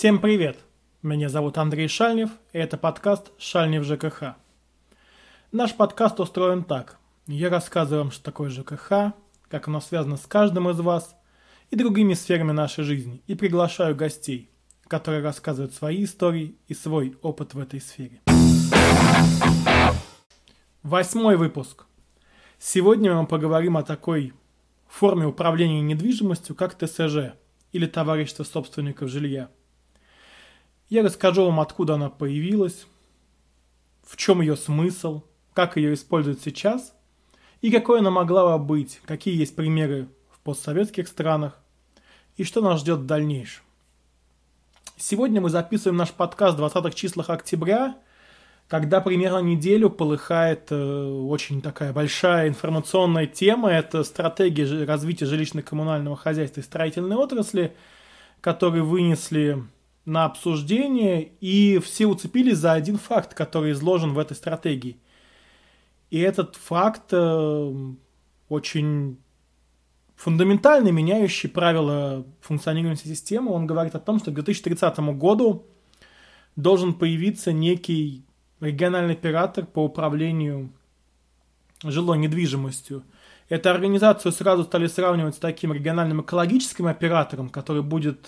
Всем привет! Меня зовут Андрей Шальнев, и это подкаст «Шальнев ЖКХ». Наш подкаст устроен так. Я рассказываю вам, что такое ЖКХ, как оно связано с каждым из вас и другими сферами нашей жизни, и приглашаю гостей, которые рассказывают свои истории и свой опыт в этой сфере. 8 выпуск. Сегодня мы поговорим о такой форме управления недвижимостью, как ТСЖ, или товарищество собственников жилья. Я расскажу вам, откуда она появилась, в чем ее смысл, как ее используют сейчас и какой она могла бы быть, какие есть примеры в постсоветских странах и что нас ждет в дальнейшем. Сегодня мы записываем наш подкаст в 20-х числах октября, когда примерно неделю полыхает очень такая большая информационная тема. Это стратегия развития жилищно-коммунального хозяйства и строительной отрасли, которые вынесли на обсуждение, и все уцепились за один факт, который изложен в этой стратегии. И этот факт очень фундаментально меняющий правила функционирования системы. Он говорит о том, что к 2030 году должен появиться некий региональный оператор по управлению жилой недвижимостью. Эту организацию сразу стали сравнивать с таким региональным экологическим оператором, который будет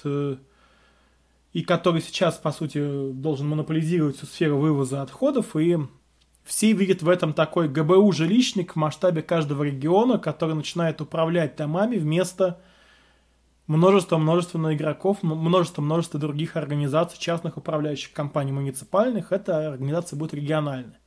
и который сейчас, по сути, должен монополизировать всю сферу вывоза отходов, и все видят в этом такой ГБУ-жилищник в масштабе каждого региона, который начинает управлять домами вместо множества игроков, множества других организаций, частных управляющих компаний, муниципальных. Эта организация будет региональной.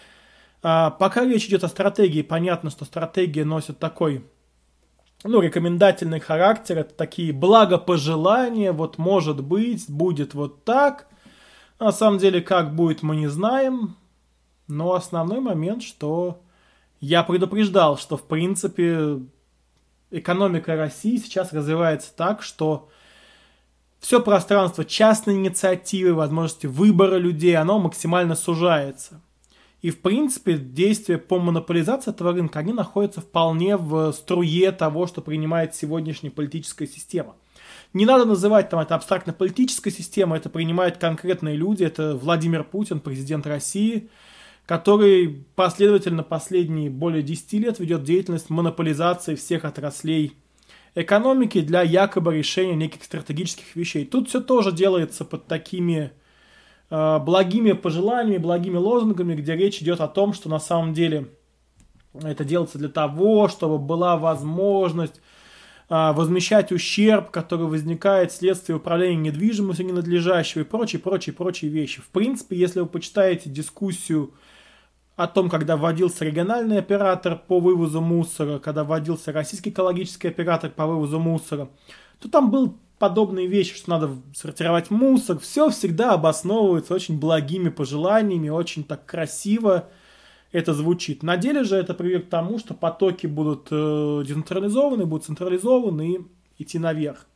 Пока речь идет о стратегии, понятно, что стратегия носит такой рекомендательный характер, это такие благопожелания, вот может быть, будет вот так. На самом деле, как будет, мы не знаем. Но основной момент, что я предупреждал, что в принципе экономика России сейчас развивается так, что все пространство частной инициативы, возможности выбора людей, оно максимально сужается. И, в принципе, действия по монополизации этого рынка, они находятся вполне в струе того, что принимает сегодняшняя политическая система. Не надо называть это абстрактно-политической системой, это принимают конкретные люди. Это Владимир Путин, президент России, который последовательно последние более 10 лет ведет деятельность монополизации всех отраслей экономики для якобы решения неких стратегических вещей. Тут все тоже делается под такими благими пожеланиями, благими лозунгами, где речь идет о том, что на самом деле это делается для того, чтобы была возможность возмещать ущерб, который возникает вследствие управления недвижимостью ненадлежащего и прочие вещи. В принципе, если вы почитаете дискуссию о том, когда вводился региональный оператор по вывозу мусора, когда вводился российский экологический оператор по вывозу мусора, то там был подобные вещи, что надо сортировать мусор, все всегда обосновывается очень благими пожеланиями, очень так красиво это звучит. На деле же это приведет к тому, что потоки будут децентрализованы, будут централизованы и идти наверх.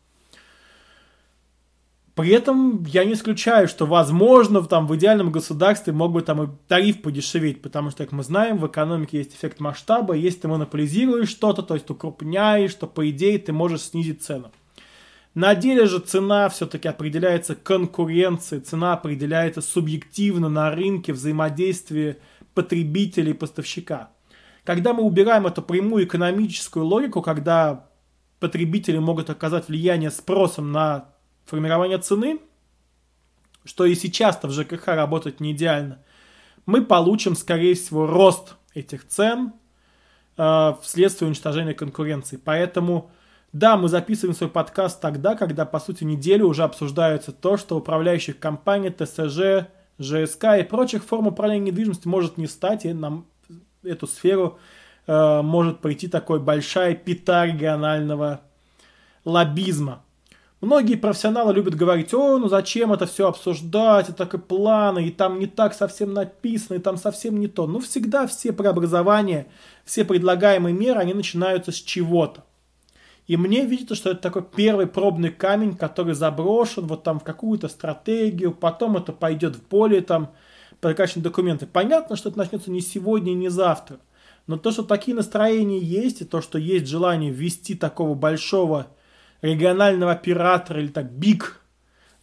При этом я не исключаю, что возможно в идеальном государстве мог бы и тариф подешеветь, потому что, как мы знаем, в экономике есть эффект масштаба, если ты монополизируешь что-то, то есть укрупняешь, то по идее ты можешь снизить цену. На деле же цена все-таки определяется конкуренцией, цена определяется субъективно на рынке взаимодействия потребителя и поставщика. Когда мы убираем эту прямую экономическую логику, когда потребители могут оказать влияние спросом на формирование цены, что и сейчас-то в ЖКХ работает не идеально, мы получим, скорее всего, рост этих цен вследствие уничтожения конкуренции. Поэтому да, мы записываем свой подкаст тогда, когда, по сути, неделю уже обсуждается то, что управляющих компаний, ТСЖ, ЖСК и прочих форм управления недвижимостью может не стать, и нам эту сферу может прийти такой большая пята регионального лоббизма. Многие профессионалы любят говорить: зачем это все обсуждать, это такие планы, и там не так совсем написано, и там совсем не то. Всегда все преобразования, все предлагаемые меры, они начинаются с чего-то. И мне видится, что это такой первый пробный камень, который заброшен в какую-то стратегию, потом это пойдет в более прокачанные документы. Понятно, что это начнется не сегодня и не завтра, но то, что такие настроения есть, и то, что есть желание ввести такого большого регионального оператора или биг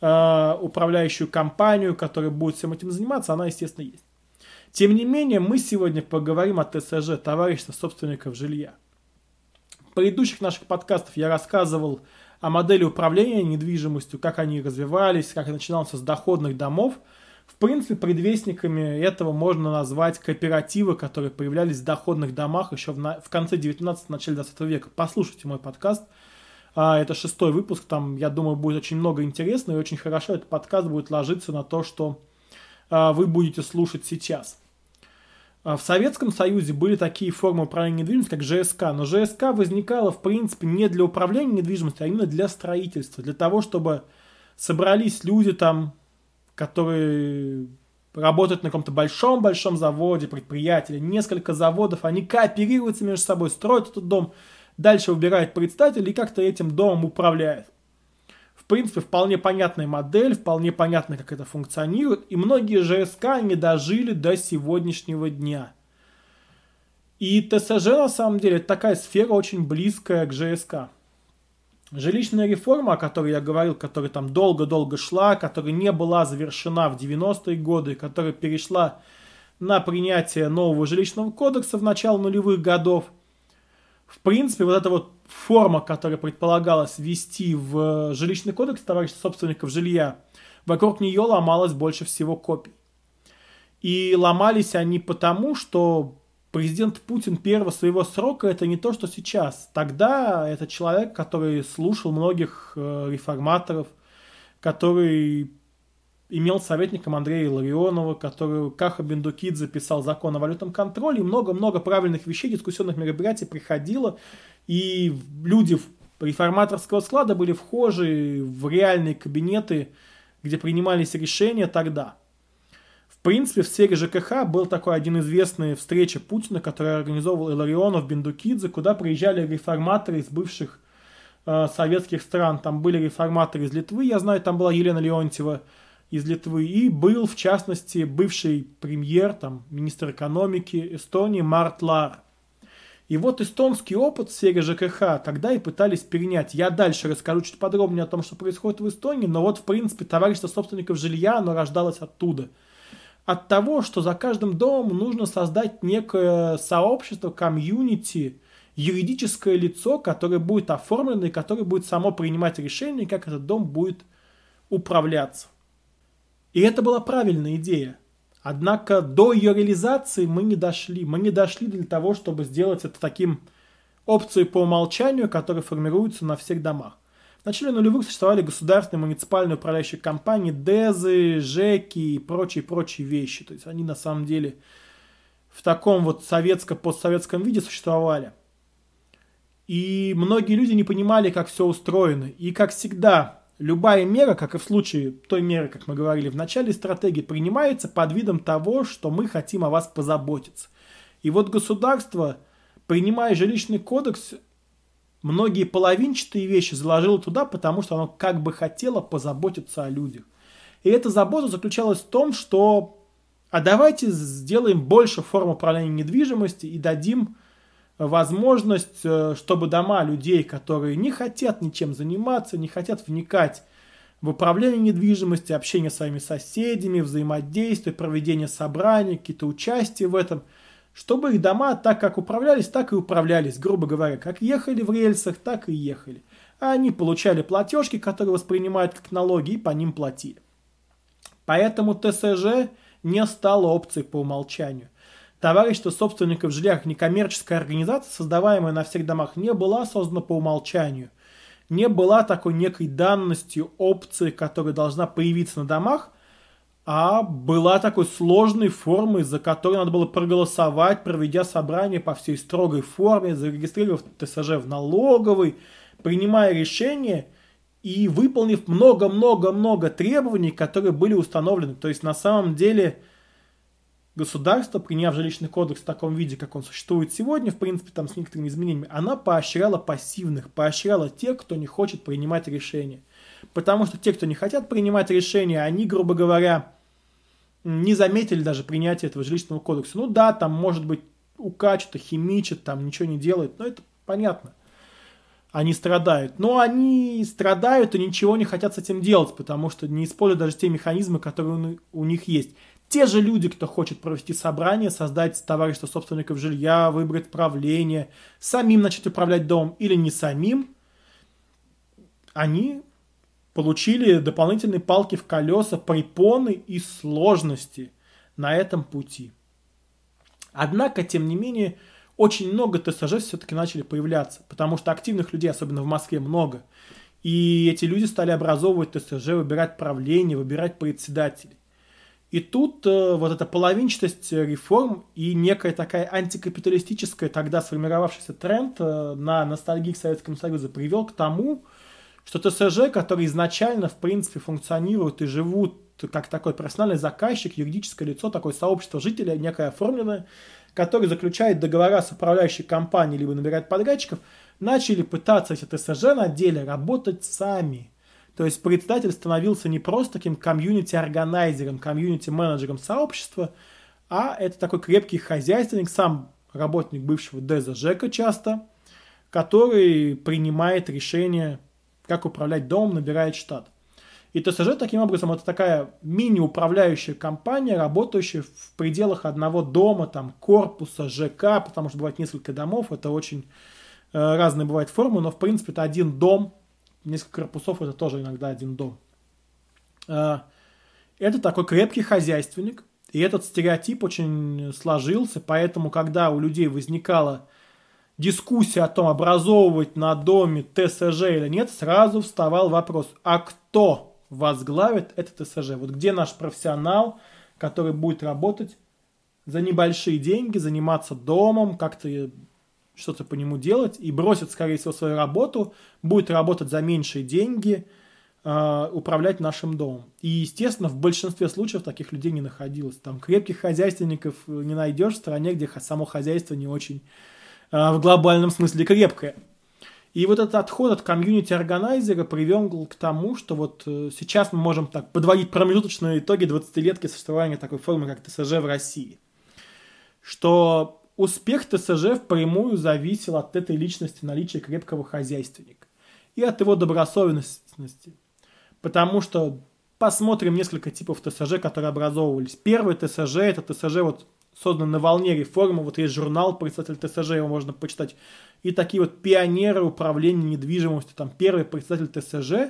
управляющую компанию, которая будет всем этим заниматься, она, естественно, есть. Тем не менее, мы сегодня поговорим о ТСЖ, товарищество собственников жилья. В предыдущих наших подкастах я рассказывал о модели управления недвижимостью, как они развивались, как начиналось с доходных домов. В принципе, предвестниками этого можно назвать кооперативы, которые появлялись в доходных домах еще в конце 19-го, начале 20 века. Послушайте мой подкаст. Это 6-й выпуск, там, я думаю, будет очень много интересного, и очень хорошо этот подкаст будет ложиться на то, что вы будете слушать сейчас. В Советском Союзе были такие формы управления недвижимостью, как ЖСК, но ЖСК возникала, в принципе, не для управления недвижимостью, а именно для строительства, для того, чтобы собрались люди там, которые работают на каком-то большом-большом заводе, предприятии, несколько заводов, они кооперируются между собой, строят этот дом, дальше выбирают представителей и как-то этим домом управляют. В принципе, вполне понятная модель, вполне понятно, как это функционирует, и многие ЖСК не дожили до сегодняшнего дня. И ТСЖ, на самом деле, это такая сфера очень близкая к ЖСК. Жилищная реформа, о которой я говорил, которая там долго-долго шла, которая не была завершена в 90-е годы, которая перешла на принятие нового жилищного кодекса в начало нулевых годов, в принципе, вот эта вот форма, которая предполагалась ввести в жилищный кодекс товарищества собственников жилья, вокруг нее ломалось больше всего копий. И ломались они потому, что президент Путин первого своего срока это не то, что сейчас. Тогда это человек, который слушал многих реформаторов, который имел советником Андрея Илларионова, который Каха Бендукидзе писал закон о валютном контроле, и много-много правильных вещей, дискуссионных мероприятий приходило, и люди реформаторского склада были вхожи в реальные кабинеты, где принимались решения тогда. В принципе, в сфере ЖКХ был такой один известный встреча Путина, который организовывал Илларионов, Бендукидзе, куда приезжали реформаторы из бывших советских стран. Там были реформаторы из Литвы, я знаю, там была Елена Леонтьева из Литвы, и был, в частности, бывший премьер, там, министр экономики Эстонии Март Лаар. И вот эстонский опыт в сфере ЖКХ тогда и пытались перенять. Я дальше расскажу чуть подробнее о том, что происходит в Эстонии, но вот, в принципе, товарищество собственников жилья, оно рождалось оттуда. От того, что за каждым домом нужно создать некое сообщество, комьюнити, юридическое лицо, которое будет оформлено и которое будет само принимать решение, как этот дом будет управляться. И это была правильная идея. Однако до ее реализации мы не дошли. Мы не дошли для того, чтобы сделать это таким опцией по умолчанию, которая формируется на всех домах. В начале нулевых существовали государственные муниципальные управляющие компании, ДЭЗы, ЖЭКи и прочие вещи. То есть они на самом деле в таком вот советско-постсоветском виде существовали. И многие люди не понимали, как все устроено. И как всегда, любая мера, как и в случае той меры, как мы говорили в начале стратегии, принимается под видом того, что мы хотим о вас позаботиться. И вот государство, принимая жилищный кодекс, многие половинчатые вещи заложило туда, потому что оно как бы хотело позаботиться о людях. И эта забота заключалась в том, что давайте сделаем больше форм управления недвижимостью и дадим возможность, чтобы дома людей, которые не хотят ничем заниматься, не хотят вникать в управление недвижимостью, общение с своими соседями, взаимодействие, проведение собраний, какие-то участия в этом, чтобы их дома так как управлялись, так и управлялись, грубо говоря, как ехали в рельсах, так и ехали. А они получали платежки, которые воспринимают как налоги, и по ним платили. Поэтому ТСЖ не стало опцией по умолчанию. Товарищество собственников жилья, как некоммерческая организация, создаваемая на всех домах, не была создана по умолчанию. Не была такой некой данностью опции, которая должна появиться на домах, а была такой сложной формой, за которой надо было проголосовать, проведя собрание по всей строгой форме, зарегистрировав ТСЖ в налоговой, принимая решение и выполнив много-много-много требований, которые были установлены. То есть на самом деле государство, приняв жилищный кодекс в таком виде, как он существует сегодня, в принципе, там с некоторыми изменениями, она поощряла пассивных, поощряла тех, кто не хочет принимать решения. Потому что те, кто не хотят принимать решения, они, грубо говоря, не заметили даже принятия этого жилищного кодекса. Ну да, там может быть УК что-то химичит, там ничего не делает, но это понятно. они страдают. Но они страдают и ничего не хотят с этим делать, потому что не используют даже те механизмы, которые у них есть. Те же люди, кто хочет провести собрание, создать товарищество собственников жилья, выбрать правление, самим начать управлять домом или не самим, они получили дополнительные палки в колеса, препоны и сложности на этом пути. Однако, тем не менее, очень много ТСЖ все-таки начали появляться, потому что активных людей, особенно в Москве, много. И эти люди стали образовывать ТСЖ, выбирать правление, выбирать председателей. И тут вот эта половинчатость реформ и некая такая антикапиталистическая тогда сформировавшийся тренд на ностальгии к Советскому Союзу привел к тому, что ТСЖ, которые изначально, в принципе, функционируют и живут как такой профессиональный заказчик, юридическое лицо, такое сообщество жителей, некое оформленное, которое заключает договора с управляющей компанией, либо набирает подрядчиков, начали пытаться эти ТСЖ на деле работать сами. То есть председатель становился не просто таким комьюнити-органайзером, комьюнити-менеджером сообщества, а это такой крепкий хозяйственник, сам работник бывшего ДЗЖК часто, который принимает решение, как управлять домом, набирает штат. И ТСЖ, таким образом, это такая мини-управляющая компания, работающая в пределах одного дома, там, корпуса, ЖК, потому что бывает несколько домов, это очень разные бывают формы, но, в принципе, это один дом, несколько корпусов, это тоже иногда один дом. Это такой крепкий хозяйственник, и этот стереотип очень сложился, поэтому, когда у людей возникала дискуссия о том, образовывать на доме ТСЖ или нет, сразу вставал вопрос, а кто возглавит это ТСЖ? Вот где наш профессионал, который будет работать за небольшие деньги, заниматься домом, как-то что-то по нему делать и бросит, скорее всего, свою работу, будет работать за меньшие деньги, управлять нашим домом. И, естественно, в большинстве случаев таких людей не находилось. Там крепких хозяйственников не найдешь в стране, где само хозяйство не очень в глобальном смысле крепкое. И вот этот отход от комьюнити-органайзера привел к тому, что вот сейчас мы можем так подводить промежуточные итоги 20-летки существования такой формы, как ТСЖ в России. Что успех ТСЖ впрямую зависел от этой личности, наличия крепкого хозяйственника и от его добросовестности. Потому что посмотрим несколько типов ТСЖ, которые образовывались. Первый ТСЖ, это ТСЖ вот создан на волне реформы, вот есть журнал «Председатель ТСЖ», его можно почитать, и такие вот пионеры управления недвижимостью, там первый председатель ТСЖ,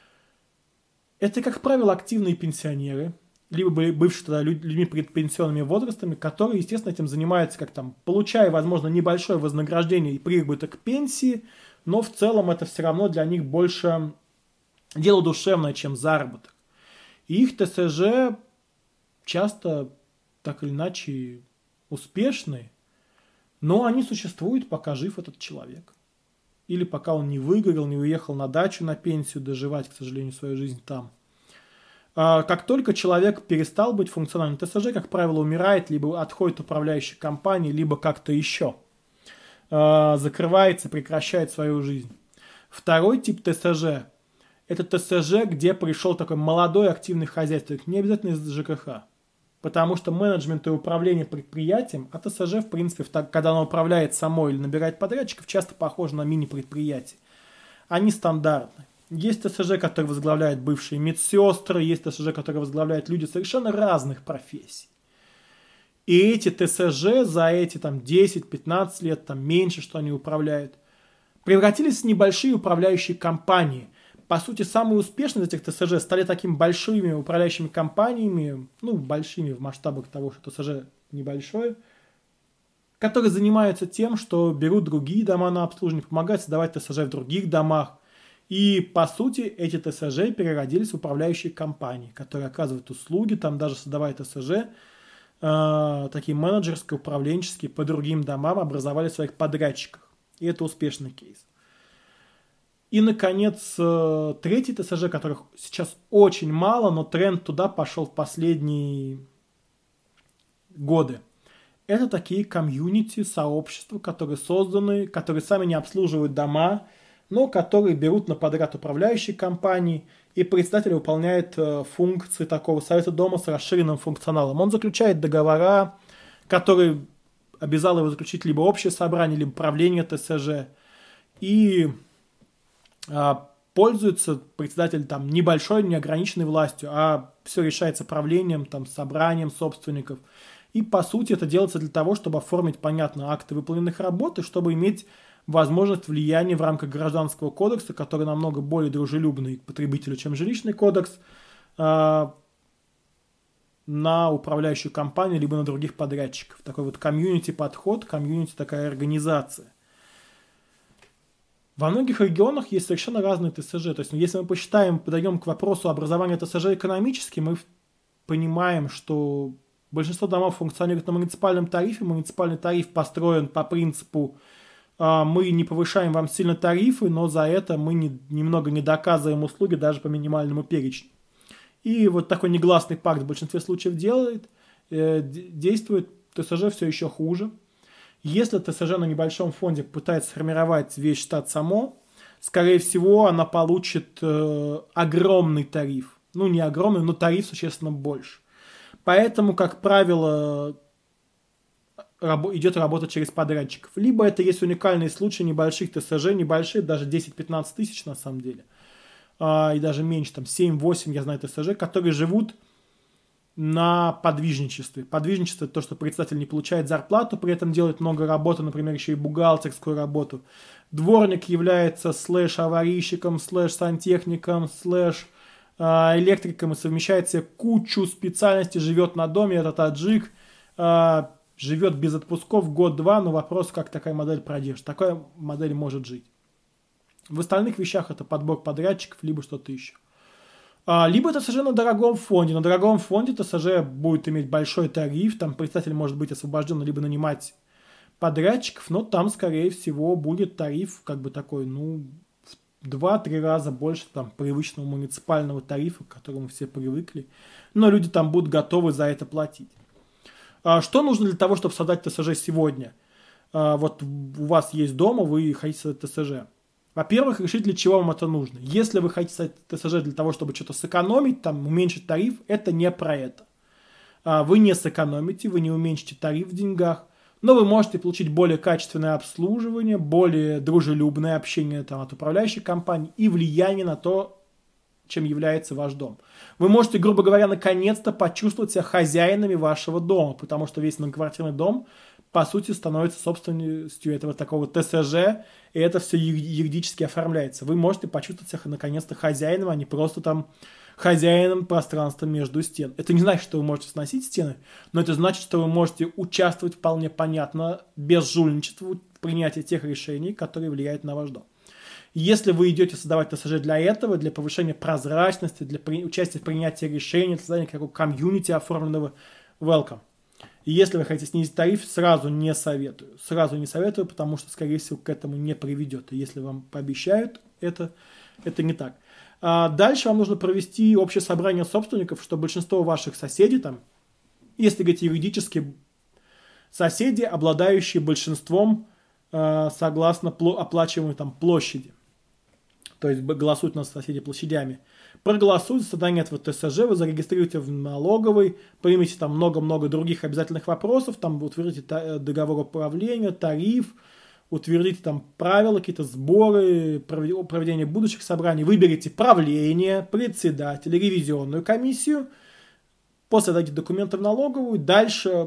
это, как правило, активные пенсионеры, либо бывшие тогда людьми предпенсионными возрастами, которые, естественно, этим занимаются, как там, получая, возможно, небольшое вознаграждение и прибыток к пенсии, но в целом это все равно для них больше дело душевное, чем заработок. И их ТСЖ часто так или иначе успешны, но они существуют, пока жив этот человек. Или пока он не выгорел, не уехал на дачу на пенсию доживать, к сожалению, свою жизнь там. Как только человек перестал быть функциональным, ТСЖ, как правило, умирает, либо отходит управляющей компании, либо как-то еще. Закрывается, прекращает свою жизнь. Второй тип ТСЖ – это ТСЖ, где пришел такой молодой активный хозяйственник, не обязательно из ЖКХ. Потому что менеджмент и управление предприятием, а ТСЖ, в принципе, когда оно управляет самой или набирает подрядчиков, часто похоже на мини-предприятие. Они стандартны. Есть ТСЖ, которые возглавляют бывшие медсестры, есть ТСЖ, которые возглавляют люди совершенно разных профессий. И эти ТСЖ за эти там 10-15 лет, там меньше, что они управляют, превратились в небольшие управляющие компании. По сути, самые успешные из этих ТСЖ стали такими большими управляющими компаниями, ну, большими в масштабах того, что ТСЖ небольшое, которые занимаются тем, что берут другие дома на обслуживание, помогают создавать ТСЖ в других домах. И, по сути, эти ТСЖ переродились в управляющие компании, которые оказывают услуги, там даже создавая ТСЖ, такие менеджерские, управленческие, по другим домам образовали своих подрядчиков. И это успешный кейс. И, наконец, третий ТСЖ, которых сейчас очень мало, но тренд туда пошел в последние годы. Это такие комьюнити, сообщества, которые созданы, которые сами не обслуживают дома, но которые берут на подряд управляющие компании, и председатель выполняет функции такого совета дома с расширенным функционалом. Он заключает договора, которые обязал его заключить либо общее собрание, либо правление ТСЖ. И пользуется председатель там небольшой, неограниченной властью, а все решается правлением, там, собранием собственников. И, по сути, это делается для того, чтобы оформить, понятно, акты выполненных работ, и чтобы иметь возможность влияния в рамках Гражданского кодекса, который намного более дружелюбный к потребителю, чем жилищный кодекс, на управляющую компанию, либо на других подрядчиков. Такой вот комьюнити-подход, комьюнити такая организация. Во многих регионах есть совершенно разные ТСЖ. То есть, если мы посчитаем, подойдем к вопросу образования ТСЖ экономически, мы понимаем, что большинство домов функционирует на муниципальном тарифе. Муниципальный тариф построен по принципу мы не повышаем вам сильно тарифы, но за это мы немного не доказываем услуги даже по минимальному перечню. И вот такой негласный пакт в большинстве случаев действует, ТСЖ все еще хуже. Если ТСЖ на небольшом фонде пытается сформировать весь штат само, скорее всего, она получит огромный тариф. Ну, не огромный, но тариф существенно больше. Поэтому, как правило, идет работа через подрядчиков. Либо это есть уникальные случаи небольших ТСЖ, небольшие, даже 10-15 тысяч на самом деле. И даже меньше, там 7-8, я знаю, ТСЖ, которые живут на подвижничестве. Подвижничество – это то, что председатель не получает зарплату, при этом делает много работы, например, еще и бухгалтерскую работу. Дворник является слэш-аварийщиком, слэш-сантехником, слэш-электриком и совмещает себе кучу специальностей, живет на доме, это таджик, живет без отпусков год-два, но вопрос, как такая модель продержит. Такая модель может жить. В остальных вещах это подбор подрядчиков, либо что-то еще. Либо ТСЖ на дорогом фонде. На дорогом фонде ТСЖ будет иметь большой тариф, там председатель может быть освобожден, либо нанимать подрядчиков, но там, скорее всего, будет тариф как бы такой, ну, в 2-3 раза больше там привычного муниципального тарифа, к которому все привыкли. Но люди там будут готовы за это платить. Что нужно для того, чтобы создать ТСЖ сегодня? Вот у вас есть дома, вы хотите создать ТСЖ. Во-первых, решить, для чего вам это нужно. Если вы хотите создать ТСЖ для того, чтобы что-то сэкономить, там, уменьшить тариф, это не про это. Вы не сэкономите, вы не уменьшите тариф в деньгах, но вы можете получить более качественное обслуживание, более дружелюбное общение там, от управляющей компании и влияние на то, чем является ваш дом. Вы можете, грубо говоря, наконец-то почувствовать себя хозяинами вашего дома, потому что весь многоквартирный дом, по сути, становится собственностью этого такого ТСЖ, и это все юридически оформляется. Вы можете почувствовать себя наконец-то хозяином, а не просто там хозяином пространства между стен. Это не значит, что вы можете сносить стены, но это значит, что вы можете участвовать вполне понятно, без жульничества в принятии тех решений, которые влияют на ваш дом. Если вы идете создавать ТСЖ для этого, для повышения прозрачности, для участия в принятии решений, для создания какого-то комьюнити оформленного, welcome. И если вы хотите снизить тариф, сразу не советую. Сразу не советую, потому что, скорее всего, к этому не приведет. И если вам пообещают, это не так. Дальше вам нужно провести общее собрание собственников, что большинство ваших соседей, там, если говорить юридически, соседи, обладающие большинством согласно оплачиваемой там площади. То есть голосуют на соседи площадями. Проголосуют за создание этого ТСЖ, вы зарегистрируете в налоговой, примите там много-много других обязательных вопросов, там утвердите договор управления, тариф, утвердите там правила, какие-то сборы, проведение будущих собраний, выберите правление, председателя, ревизионную комиссию, после дадите документы в налоговую, дальше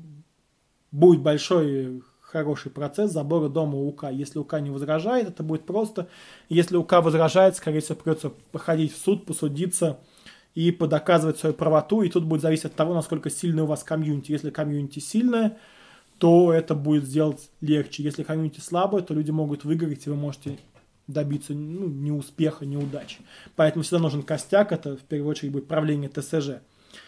будет большой хороший процесс забора дома у УК. Если УК не возражает, это будет просто. Если УК возражает, скорее всего, придется походить в суд, посудиться и подоказывать свою правоту. И тут будет зависеть от того, насколько сильное у вас комьюнити. Если комьюнити сильное, то это будет сделать легче. Если комьюнити слабое, то люди могут выиграть, и вы можете добиться ни успеха, ни удачи. Поэтому всегда нужен костяк. Это в первую очередь будет правление ТСЖ.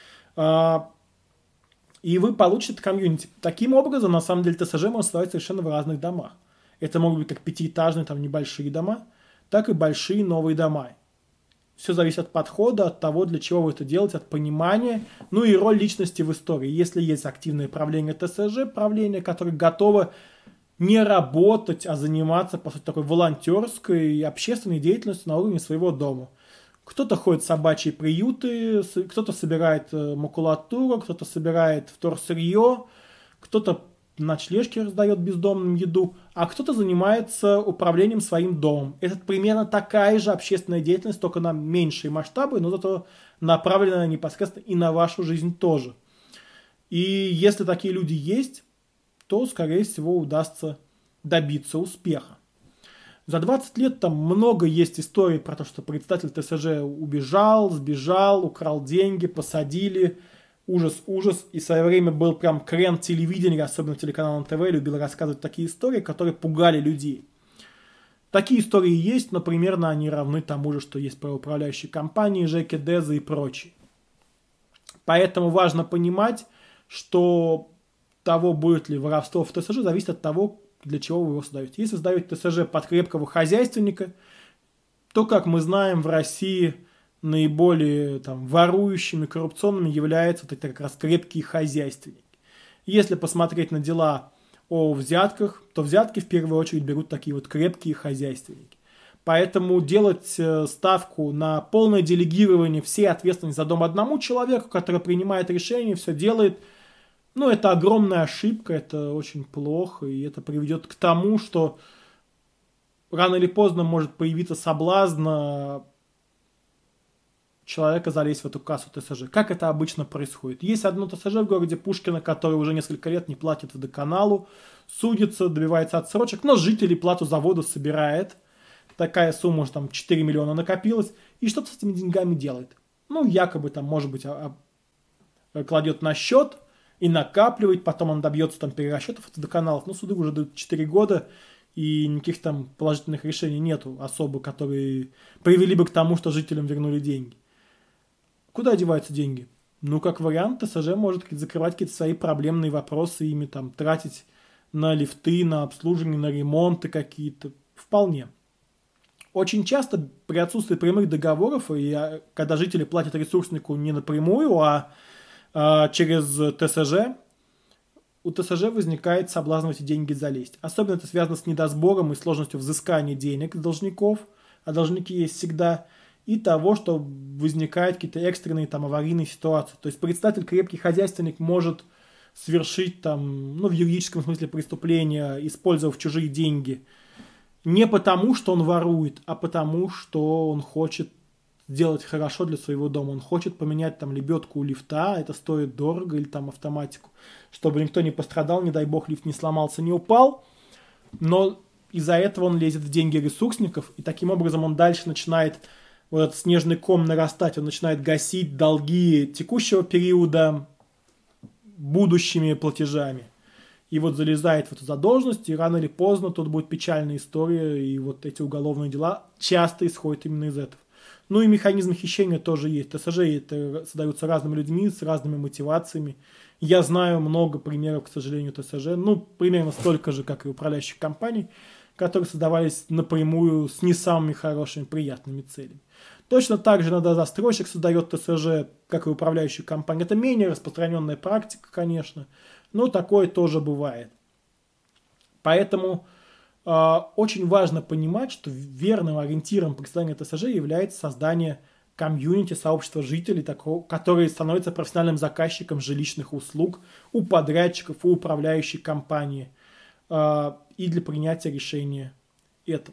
И вы получите это комьюнити. Таким образом, на самом деле, ТСЖ может создавать совершенно в разных домах. Это могут быть как пятиэтажные, там, небольшие дома, так и большие новые дома. Все зависит от подхода, от того, для чего вы это делаете, от понимания, ну и роль личности в истории. Если есть активное правление ТСЖ, правление, которое готово не работать, а заниматься, по сути, такой волонтерской и общественной деятельностью на уровне своего дома. Кто-то ходит в собачьи приюты, кто-то собирает макулатуру, кто-то собирает вторсырье, кто-то ночлежки раздает бездомным еду, а кто-то занимается управлением своим домом. Это примерно такая же общественная деятельность, только на меньшие масштабы, но зато направлена непосредственно и на вашу жизнь тоже. И если такие люди есть, то, скорее всего, удастся добиться успеха. За 20 лет там много есть историй про то, что председатель ТСЖ убежал, сбежал, украл деньги, посадили. Ужас, ужас. И в свое время был прям крен телевидения, особенно телеканал НТВ, любил рассказывать такие истории, которые пугали людей. Такие истории есть, но примерно они равны тому же, что есть про управляющие компании, Жеки, Дезы и прочие. Поэтому важно понимать, что того, будет ли воровство в ТСЖ, зависит от того, для чего вы его создаете. Если создаете ТСЖ под крепкого хозяйственника, то, как мы знаем, в России наиболее ворующими, коррупционными являются вот эти как раз крепкие хозяйственники. Если посмотреть на дела о взятках, то взятки в первую очередь берут такие вот крепкие хозяйственники. Поэтому делать ставку на полное делегирование всей ответственности за дом одному человеку, который принимает решения, все делает, это огромная ошибка, это очень плохо, и это приведет к тому, что рано или поздно может появиться соблазн человека залезть в эту кассу ТСЖ. Как это обычно происходит? Есть одно ТСЖ в городе Пушкино, который уже несколько лет не платит водоканалу, судится, добивается отсрочек, но жителей плату за воду собирает. Такая сумма уже 4 миллиона накопилась, и что-то с этими деньгами делает. Якобы может быть, кладет на счет и накапливает, потом он добьется перерасчетов от водоканалов. Суды уже дают 4 года, и никаких положительных решений нету особо, которые привели бы к тому, что жителям вернули деньги. Куда деваются деньги? Как вариант, ТСЖ может закрывать какие-то свои проблемные вопросы, ими тратить на лифты, на обслуживание, на ремонты какие-то. Вполне. Очень часто при отсутствии прямых договоров, и когда жители платят ресурснику не напрямую, а через ТСЖ, у ТСЖ возникает соблазн в эти деньги залезть. Особенно это связано с недосбором и сложностью взыскания денег с должников, а должники есть всегда, и того, что возникают какие-то экстренные аварийные ситуации. То есть председатель, крепкий хозяйственник может совершить в юридическом смысле преступление, использовав чужие деньги, не потому, что он ворует, а потому, что он хочет сделать хорошо для своего дома. Он хочет поменять лебедку у лифта, это стоит дорого, или автоматику, чтобы никто не пострадал, не дай бог лифт не сломался, не упал. Но из-за этого он лезет в деньги ресурсников, и таким образом он дальше начинает вот этот снежный ком нарастать, он начинает гасить долги текущего периода будущими платежами. И залезает в эту задолженность, и рано или поздно тут будет печальная история, и эти уголовные дела часто исходят именно из этого. И механизм хищения тоже есть. ТСЖ это создаются разными людьми, с разными мотивациями. Я знаю много примеров, к сожалению, ТСЖ, примерно столько же, как и управляющих компаний, которые создавались напрямую с не самыми хорошими, приятными целями. Точно так же иногда застройщик создает ТСЖ, как и управляющая компания. Это менее распространенная практика, конечно, но такое тоже бывает. Поэтому очень важно понимать, что верным ориентиром при создании ТСЖ является создание комьюнити, сообщества жителей, которые становятся профессиональным заказчиком жилищных услуг у подрядчиков, у управляющей компании и для принятия решения этого.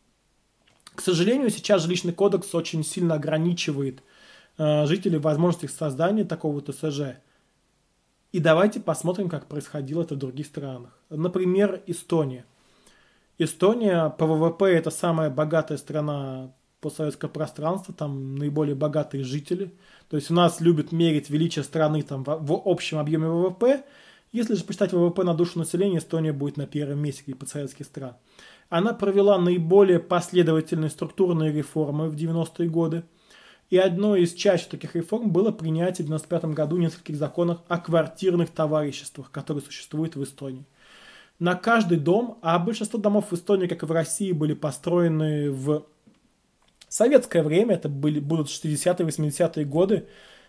К сожалению, сейчас жилищный кодекс очень сильно ограничивает жителей в возможностях создания такого ТСЖ. И давайте посмотрим, как происходило это в других странах. Например, Эстония. Эстония по ВВП это самая богатая страна постсоветского пространства, там наиболее богатые жители. То есть у нас любят мерить величие страны в общем объеме ВВП. Если же посчитать ВВП на душу населения, Эстония будет на первом месте среди постсоветских стран. Она провела наиболее последовательные структурные реформы в 90-е годы. И одной из чаще таких реформ было принятие в 1995 году нескольких законов о квартирных товариществах, которые существуют в Эстонии. На каждый дом, а большинство домов в Эстонии, как и в России, были построены в советское время, это будут 60-е, 80-е годы,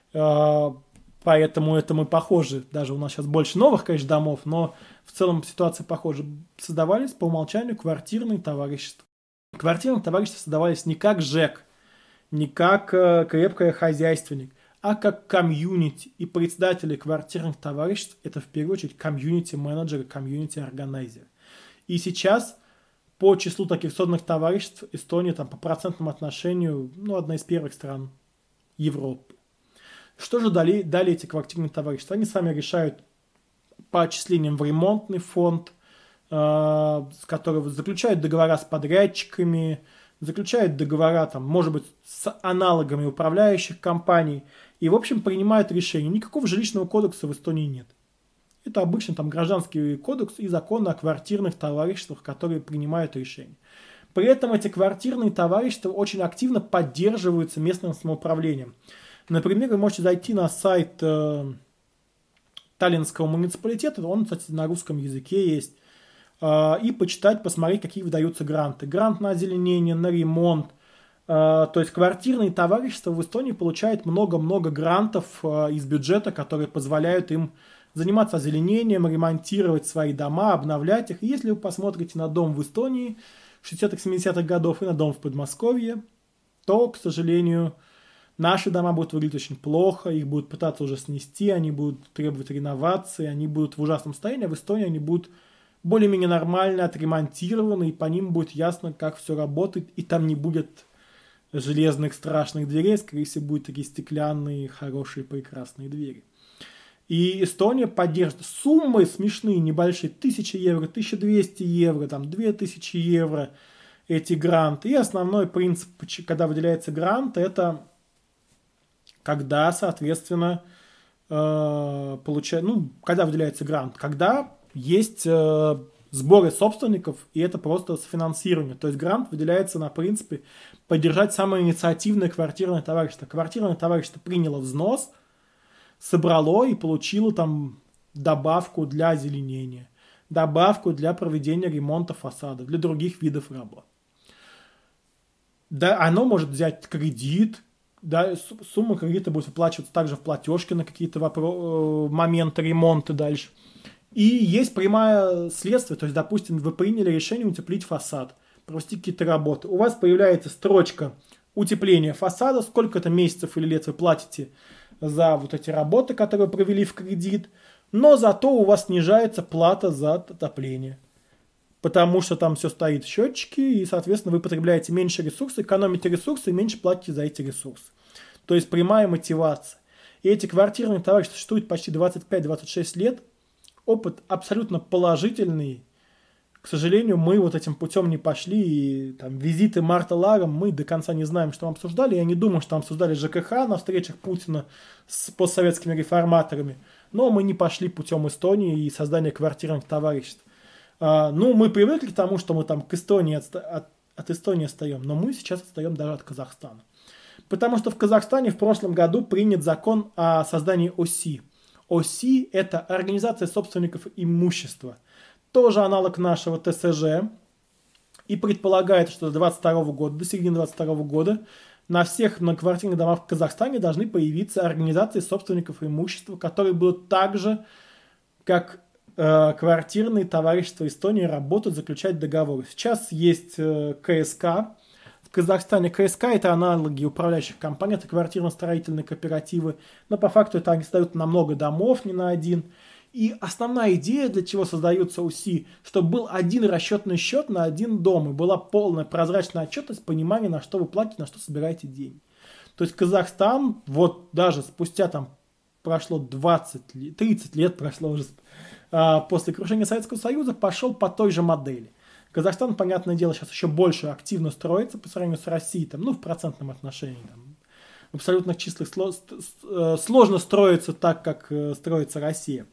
поэтому это мы похожи. Даже у нас сейчас больше новых, конечно, домов, но в целом ситуация похожа. Создавались по умолчанию квартирные товарищества. Квартирные товарищества создавались не как ЖЭК, не как крепкий хозяйственник, а как комьюнити. И председатели квартирных товариществ – это в первую очередь комьюнити-менеджеры, комьюнити-органайзеры. И сейчас по числу таких созданных товариществ Эстония там, по процентному отношению одна из первых стран Европы. Что же дали эти квартирные товарищества? Они сами решают по отчислениям в ремонтный фонд, с которого заключают договора с подрядчиками, заключают договора, там, может быть, с аналогами управляющих компаний и, в общем, принимают решения. Никакого жилищного кодекса в Эстонии нет. Это обычно там гражданский кодекс и законы о квартирных товариществах, которые принимают решения. При этом эти квартирные товарищества очень активно поддерживаются местным самоуправлением. Например, вы можете зайти на сайт Таллинского муниципалитета, он, кстати, на русском языке есть, и почитать, посмотреть, какие выдаются гранты. Грант на озеленение, на ремонт. То есть квартирные товарищества в Эстонии получают много-много грантов из бюджета, которые позволяют им заниматься озеленением, ремонтировать свои дома, обновлять их. И если вы посмотрите на дом в Эстонии 60-х, 70-х годов и на дом в Подмосковье, то, к сожалению, наши дома будут выглядеть очень плохо, их будут пытаться уже снести, они будут требовать реновации, они будут в ужасном состоянии, а в Эстонии они будут более-менее нормально отремонтированы, и по ним будет ясно, как все работает, и там не будет железных страшных дверей, скорее всего, будут такие стеклянные, хорошие, прекрасные двери. И Эстония поддерживает суммы смешные, небольшие, 1000 евро, 1200 евро, там, 2000 евро эти гранты. И основной принцип, когда выделяется грант, это когда, соответственно, когда выделяется грант, когда есть сборы собственников, и это просто софинансирование. То есть грант выделяется на принципе поддержать самое инициативное квартирное товарищество. Квартирное товарищество приняло взнос, собрало и получило там добавку для озеленения, добавку для проведения ремонта фасадов, для других видов работ. Да, оно может взять кредит, да, сумма кредита будет выплачиваться также в платежке на какие-то моменты ремонта дальше. И есть прямое следствие, то есть, допустим, вы приняли решение утеплить фасад, провести какие-то работы. У вас появляется строчка утепления фасада, сколько-то месяцев или лет вы платите за вот эти работы, которые вы провели в кредит, но зато у вас снижается плата за отопление. Потому что там все стоит в счетчике, и, соответственно, вы потребляете меньше ресурсов, экономите ресурсы и меньше платите за эти ресурсы. То есть прямая мотивация. И эти квартирные товарищества существуют почти 25-26 лет. Опыт абсолютно положительный. К сожалению, мы вот этим путем не пошли. И там визиты Марта Лагом мы до конца не знаем, что там обсуждали. Я не думаю, что там обсуждали ЖКХ на встречах Путина с постсоветскими реформаторами. Но мы не пошли путем Эстонии и создания квартирных товариществ. Мы привыкли к тому, что мы там к Эстонии от Эстонии отстаем. Но мы сейчас отстаем даже от Казахстана. Потому что в Казахстане в прошлом году принят закон о создании ОСИ. ОСИ – это Организация собственников имущества. Тоже аналог нашего ТСЖ. И предполагает, что до середины 2022 года на всех многоквартирных домах в Казахстане должны появиться организации собственников имущества, которые будут так же, как квартирные товарищества Эстонии, работать, заключать договоры. Сейчас есть КСК. В Казахстане КСК – это аналоги управляющих компаний, это квартирно-строительные кооперативы, но по факту это они создают на много домов, не на один. И основная идея, для чего создаются УСИ, чтобы был один расчетный счет на один дом, и была полная прозрачная отчетность, понимание, на что вы платите, на что собираете деньги. То есть Казахстан, вот даже спустя там прошло 30 лет прошло уже после крушения Советского Союза, пошел по той же модели. Казахстан, понятное дело, сейчас еще больше активно строится по сравнению с Россией, там, в процентном отношении. Там, в абсолютных числах сложно строиться так, как строится Россия.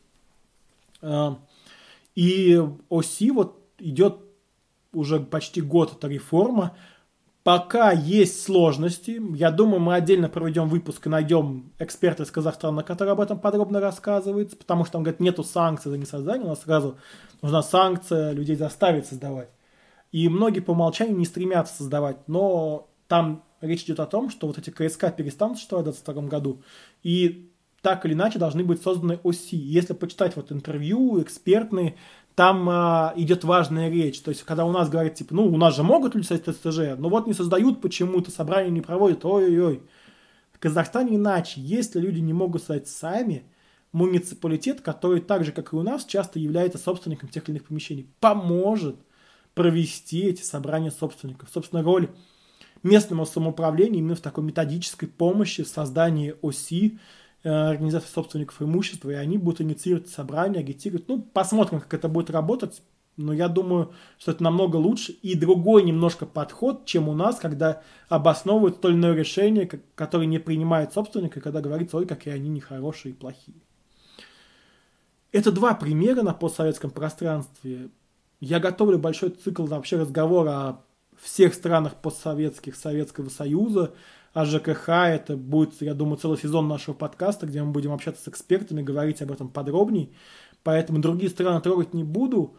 И ОСИ вот идет уже почти год эта реформа. Пока есть сложности. Я думаю, мы отдельно проведем выпуск и найдем эксперта из Казахстана, который об этом подробно рассказывает, потому что он говорит, нету санкций за несоздание, у нас сразу нужна санкция, людей заставить создавать. И многие по умолчанию не стремятся создавать, но там речь идет о том, что вот эти КСК перестанут существовать в 2022 году, и так или иначе должны быть созданы ОСИ. Если почитать вот интервью экспертные, там идет важная речь. То есть, когда у нас говорят, типа, у нас же могут люди создать ТСЖ, но вот не создают почему-то, собрания не проводят, ой-ой-ой. Казахстане иначе. Если люди не могут стать сами, муниципалитет, который так же, как и у нас, часто является собственником тех или иных помещений, поможет провести эти собрания собственников. Собственно, роль местного самоуправления именно в такой методической помощи в создании ОСИ, организации собственников имущества, и они будут инициировать собрания, агитировать. Ну, посмотрим, как это будет работать. Но я думаю, что это намного лучше и другой немножко подход, чем у нас, когда обосновывают то или иное решение, которое не принимает собственник, и когда говорится, ой, какие они нехорошие и плохие. Это два примера на постсоветском пространстве. Я готовлю большой цикл вообще разговора о всех странах постсоветских, Советского Союза, о ЖКХ. Это будет, я думаю, целый сезон нашего подкаста, где мы будем общаться с экспертами, говорить об этом подробней. Поэтому другие страны трогать не буду.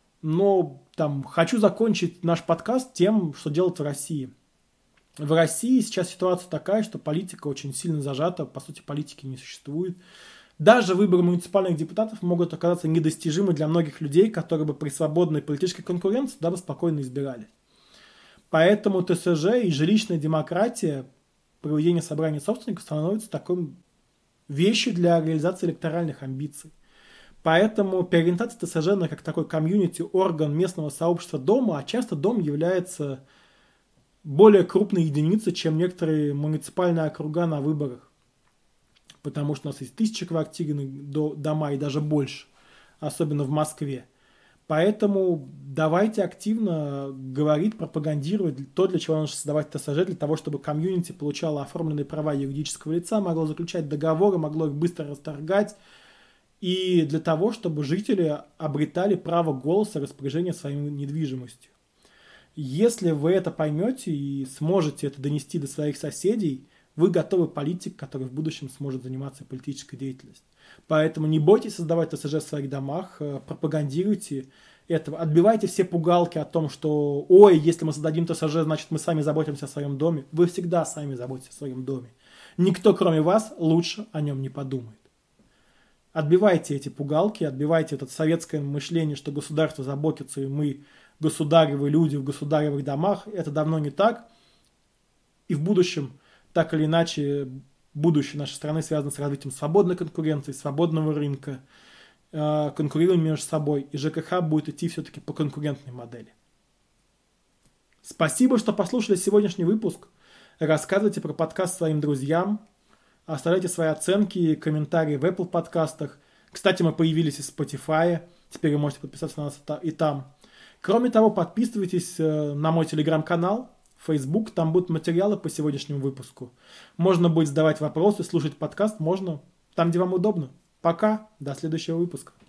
Но хочу закончить наш подкаст тем, что делать в России. В России сейчас ситуация такая, что политика очень сильно зажата, по сути, политики не существует. Даже выборы муниципальных депутатов могут оказаться недостижимы для многих людей, которые бы при свободной политической конкуренции туда бы спокойно избирали. Поэтому ТСЖ и жилищная демократия, проведение собраний собственников становится такой вещью для реализации электоральных амбиций. Поэтому переориентация ТСЖ на как такой комьюнити, орган местного сообщества дома, а часто дом является более крупной единицей, чем некоторые муниципальные округа на выборах. Потому что у нас есть 1000 квартирных дома и даже больше, особенно в Москве. Поэтому давайте активно говорить, пропагандировать то, для чего нужно создавать ТСЖ, для того, чтобы комьюнити получало оформленные права юридического лица, могло заключать договоры, могло их быстро расторгать, и для того, чтобы жители обретали право голоса, распоряжения своей недвижимостью. Если вы это поймете и сможете это донести до своих соседей, вы готовый политик, который в будущем сможет заниматься политической деятельностью. Поэтому не бойтесь создавать ТСЖ в своих домах, пропагандируйте этого, отбивайте все пугалки о том, что ой, если мы создадим ТСЖ, значит мы сами заботимся о своем доме. Вы всегда сами заботитесь о своем доме. Никто, кроме вас, лучше о нем не подумает. Отбивайте эти пугалки, отбивайте это советское мышление, что государство заботится, и мы государевые люди в государевых домах. Это давно не так. И в будущем, так или иначе, будущее нашей страны связано с развитием свободной конкуренции, свободного рынка, конкурирования между собой. И ЖКХ будет идти все-таки по конкурентной модели. Спасибо, что послушали сегодняшний выпуск. Рассказывайте про подкаст своим друзьям. Оставляйте свои оценки и комментарии в Apple подкастах. Кстати, мы появились и в Spotify. Теперь вы можете подписаться на нас и там. Кроме того, подписывайтесь на мой телеграм-канал, Facebook. Там будут материалы по сегодняшнему выпуску. Можно будет задавать вопросы, слушать подкаст. Можно там, где вам удобно. Пока. До следующего выпуска.